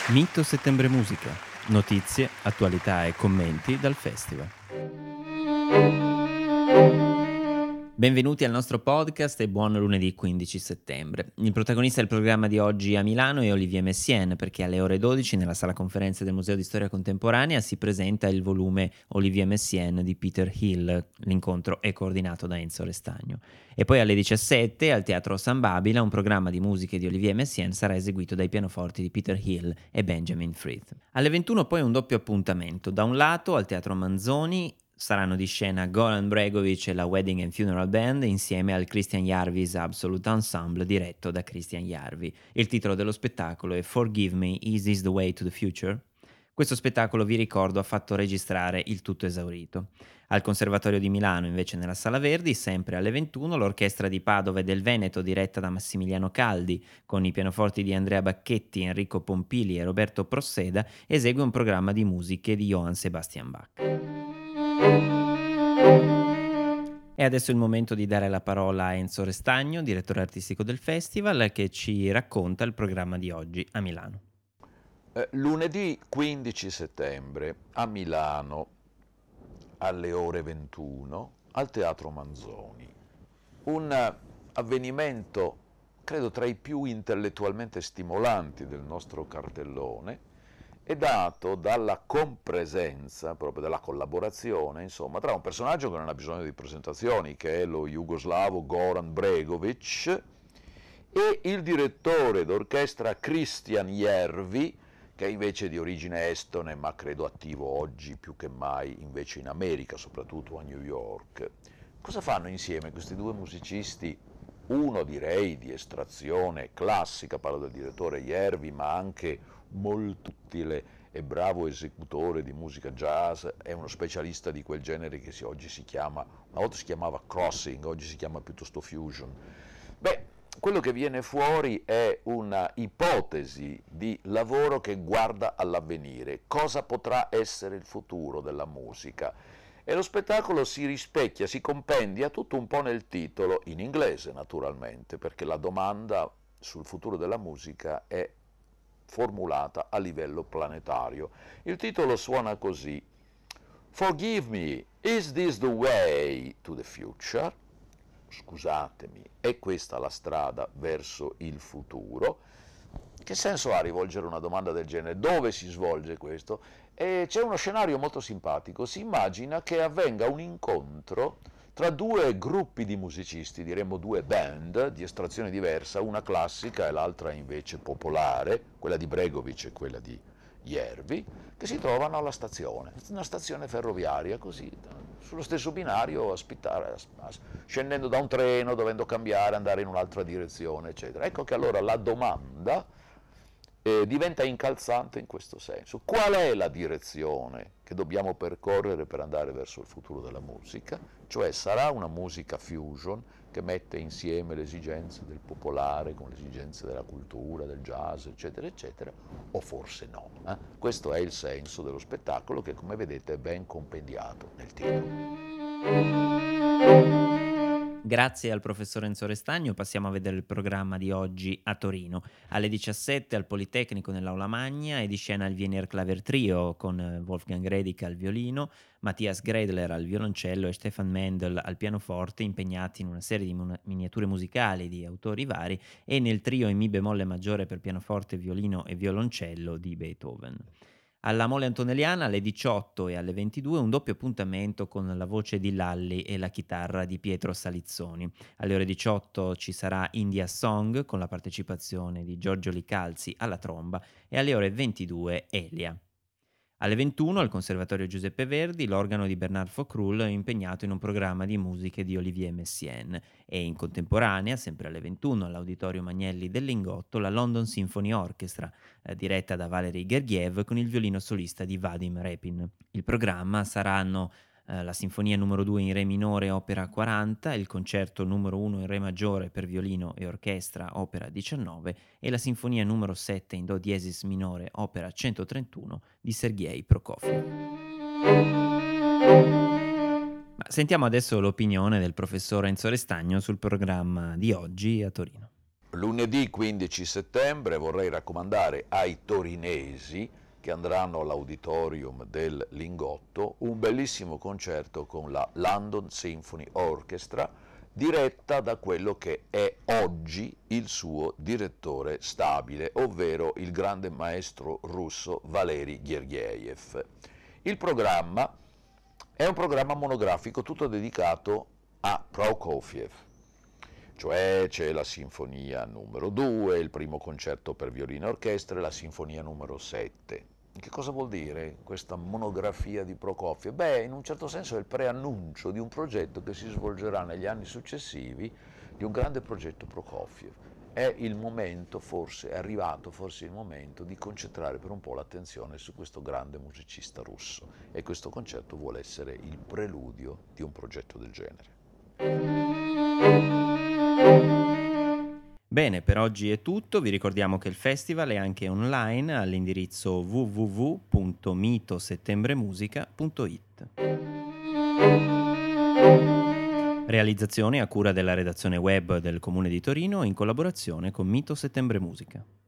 Mito Settembre Musica. Notizie, attualità e commenti dal festival. Benvenuti al nostro podcast e buon lunedì 15 settembre. Il protagonista del programma di oggi a Milano è Olivier Messiaen, perché alle ore 12 nella sala conferenze del Museo di Storia Contemporanea si presenta il volume Olivier Messiaen di Peter Hill. L'incontro è coordinato da Enzo Restagno. E poi alle 17 al Teatro San Babila un programma di musiche di Olivier Messiaen sarà eseguito dai pianoforti di Peter Hill e Benjamin Frith. Alle 21 poi un doppio appuntamento. Da un lato al Teatro Manzoni saranno di scena Goran Bregovic e la Wedding and Funeral Band insieme al Christian Jarvis Absolute Ensemble diretto da Christian Jarvi. Il titolo dello spettacolo è Forgive Me, Is This the Way to the Future? Questo spettacolo, vi ricordo, ha fatto registrare il tutto esaurito. Al Conservatorio di Milano, invece, nella Sala Verdi, sempre alle 21, l'Orchestra di Padova e del Veneto, diretta da Massimiliano Caldi, con i pianoforti di Andrea Bacchetti, Enrico Pompili e Roberto Prosseda, esegue un programma di musiche di Johann Sebastian Bach. E adesso è il momento di dare la parola a Enzo Restagno, direttore artistico del festival, che ci racconta il programma di oggi a Milano. Lunedì 15 settembre a Milano alle ore 21 al Teatro Manzoni. Un avvenimento, credo, tra i più intellettualmente stimolanti del nostro cartellone, è dato dalla compresenza, proprio dalla collaborazione, insomma, tra un personaggio che non ha bisogno di presentazioni, che è lo jugoslavo Goran Bregovic, e il direttore d'orchestra Christian Järvi, che è invece di origine estone, ma credo attivo oggi più che mai invece in America, soprattutto a New York. Cosa fanno insieme questi due musicisti? Uno direi di estrazione classica, parlo del direttore Järvi, ma anche molto utile e bravo esecutore di musica jazz, è uno specialista di quel genere che oggi si chiama, una volta si chiamava crossing, oggi si chiama piuttosto fusion. Beh, quello che viene fuori è una ipotesi di lavoro che guarda all'avvenire, cosa potrà essere il futuro della musica. E lo spettacolo si rispecchia, si compendia tutto un po' nel titolo, in inglese naturalmente, perché la domanda sul futuro della musica è formulata a livello planetario. Il titolo suona così: Forgive me, is this the way to the future? Scusatemi, è questa la strada verso il futuro? Che senso ha rivolgere una domanda del genere? Dove si svolge questo? E c'è uno scenario molto simpatico, si immagina che avvenga un incontro tra due gruppi di musicisti, diremmo due band di estrazione diversa, una classica e l'altra invece popolare, quella di Bregovic e quella di Järvi, che si trovano alla stazione, una stazione ferroviaria, così, sullo stesso binario, scendendo da un treno, dovendo cambiare, andare in un'altra direzione, eccetera. Ecco che allora la domanda diventa incalzante in questo senso. Qual è la direzione che dobbiamo percorrere per andare verso il futuro della musica? Cioè sarà una musica fusion che mette insieme le esigenze del popolare con le esigenze della cultura, del jazz, eccetera, eccetera, o forse no. Questo è il senso dello spettacolo che, come vedete, è ben compendiato nel titolo. Grazie al professor Enzo Restagno passiamo a vedere il programma di oggi a Torino. Alle 17 al Politecnico nell'Aula Magna è di scena il Wiener Claver Trio con Wolfgang Redick al violino, Matthias Greidler al violoncello e Stefan Mendel al pianoforte, impegnati in una serie di miniature musicali di autori vari e nel trio in Mi bemolle maggiore per pianoforte, violino e violoncello di Beethoven. Alla Mole Antonelliana alle 18 e alle 22 un doppio appuntamento con la voce di Lalli e la chitarra di Pietro Salizzoni. Alle ore 18 ci sarà India Song con la partecipazione di Giorgio Licalzi alla tromba e alle ore 22 Elia. Alle 21 al Conservatorio Giuseppe Verdi l'organo di Bernard Faucroul è impegnato in un programma di musiche di Olivier Messiaen e in contemporanea, sempre alle 21 all'Auditorium Agnelli del Lingotto, la London Symphony Orchestra, diretta da Valery Gergiev con il violino solista di Vadim Repin. Il programma saranno la Sinfonia numero 2 in Re minore, opera 40, il concerto numero 1 in Re maggiore per violino e orchestra, opera 19, e la Sinfonia numero 7 in Do diesis minore, opera 131 di Sergei Prokofiev. Ma sentiamo adesso l'opinione del professor Enzo Restagno sul programma di oggi a Torino. Lunedì 15 settembre vorrei raccomandare ai torinesi che andranno all'auditorium del Lingotto un bellissimo concerto con la London Symphony Orchestra, diretta da quello che è oggi il suo direttore stabile, ovvero il grande maestro russo Valery Gergiev. Il programma è un programma monografico tutto dedicato a Prokofiev, cioè c'è la sinfonia numero 2, il primo concerto per violino e orchestra e la sinfonia numero 7. Che cosa vuol dire questa monografia di Prokofiev? Beh, in un certo senso è il preannuncio di un progetto che si svolgerà negli anni successivi, di un grande progetto Prokofiev. È il momento, forse, è arrivato forse il momento di concentrare per un po' l'attenzione su questo grande musicista russo, e questo concerto vuole essere il preludio di un progetto del genere. Bene, per oggi è tutto. Vi ricordiamo che il festival è anche online all'indirizzo www.mitosettembremusica.it. Realizzazione a cura della redazione web del Comune di Torino in collaborazione con Mito Settembre Musica.